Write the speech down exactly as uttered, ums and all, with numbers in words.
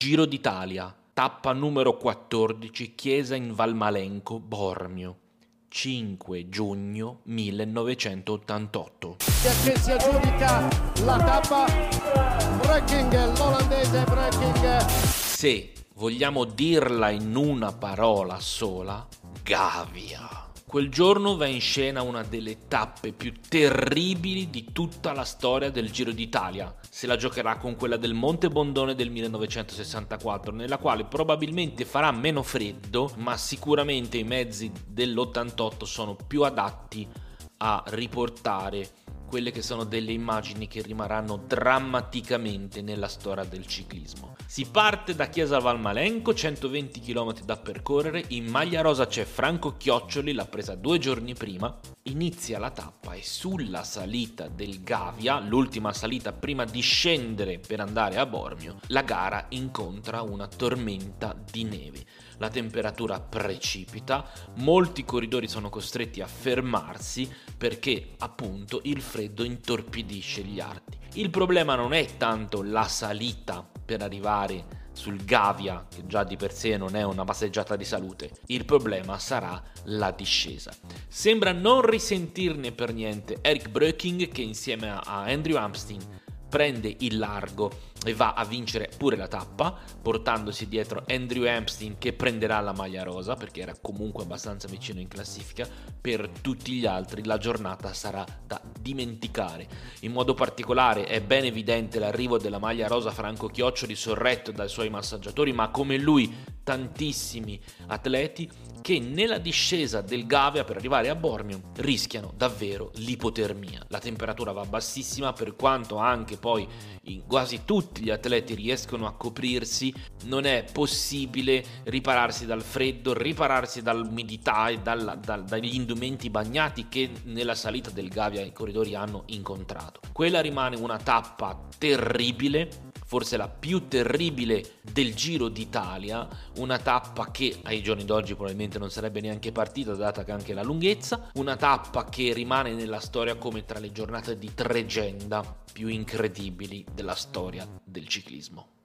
Giro d'Italia, tappa numero quattordici, Chiesa in Valmalenco, Bormio, cinque giugno millenovecentottantotto. Che si aggiudica la tappa Breking, l'olandese Breking. Se vogliamo dirla in una parola sola, Gavia. Quel giorno va in scena una delle tappe più terribili di tutta la storia del Giro d'Italia. Se la giocherà con quella del Monte Bondone del millenovecentosessantaquattro, nella quale probabilmente farà meno freddo, ma sicuramente i mezzi dell'ottantotto sono più adatti a riportare quelle che sono delle immagini che rimarranno drammaticamente nella storia del ciclismo. Si parte da Chiesa Valmalenco, centoventi chilometri da percorrere, in maglia rosa c'è Franco Chioccioli, l'ha presa due giorni prima, inizia la tappa e sulla salita del Gavia, l'ultima salita prima di scendere per andare a Bormio, la gara incontra una tormenta di neve. La temperatura precipita, molti corridori sono costretti a fermarsi perché appunto il freddo intorpidisce gli arti. Il problema non è tanto la salita per arrivare sul Gavia, che già di per sé non è una passeggiata di salute, il problema sarà la discesa. Sembra non risentirne per niente Eric Breking, che insieme a Andrew Amsteen prende il largo e va a vincere pure la tappa, portandosi dietro Andrew Amsteen, che prenderà la maglia rosa perché era comunque abbastanza vicino in classifica. Per tutti gli altri la giornata sarà da dimenticare. In modo particolare è ben evidente l'arrivo della maglia rosa Franco Chioccioli, sorretto dai suoi massaggiatori, ma come lui tantissimi atleti che nella discesa del Gavia per arrivare a Bormio rischiano davvero l'ipotermia. La temperatura va bassissima, per quanto anche poi in quasi tutti gli atleti riescono a coprirsi, non è possibile ripararsi dal freddo, ripararsi dall'umidità e dalla, dal, dagli indumenti bagnati che nella salita del Gavia i corridori hanno incontrato. Quella rimane una tappa terribile, forse la più terribile del Giro d'Italia, una tappa che ai giorni d'oggi probabilmente non sarebbe neanche partita, data che anche la lunghezza, una tappa che rimane nella storia come tra le giornate di tregenda più incredibili della storia del ciclismo.